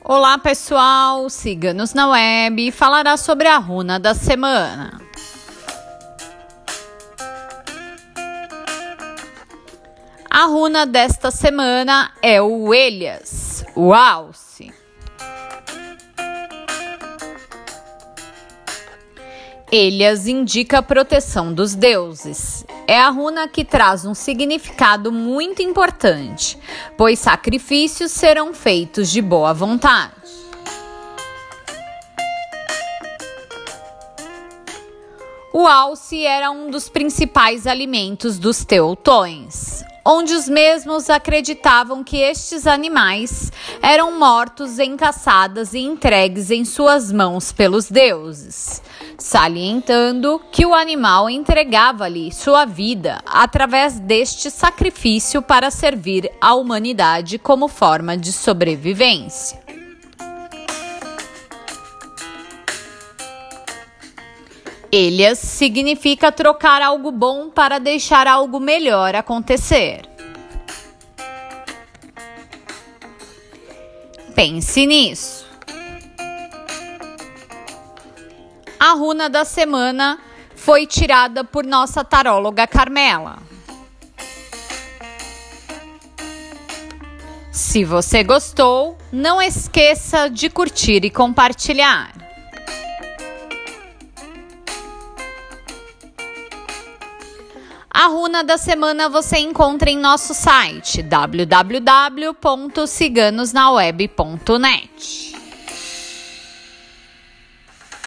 Olá pessoal, Ciganos na Web falará sobre a runa da semana. A runa desta semana é o Elias, o Alce. Elias indica a proteção dos deuses. É a runa que traz um significado muito importante, pois sacrifícios serão feitos de boa vontade. O alce era um dos principais alimentos dos teutões, onde os mesmos acreditavam que estes animais eram mortos em caçadas e entregues em suas mãos pelos deuses, salientando que o animal entregava-lhe sua vida através deste sacrifício para servir à humanidade como forma de sobrevivência. Elias significa trocar algo bom para deixar algo melhor acontecer. Pense nisso. A runa da semana foi tirada por nossa taróloga Carmela. Se você gostou, não esqueça de curtir e compartilhar. A runa da semana você encontra em nosso site www.ciganosnaweb.net.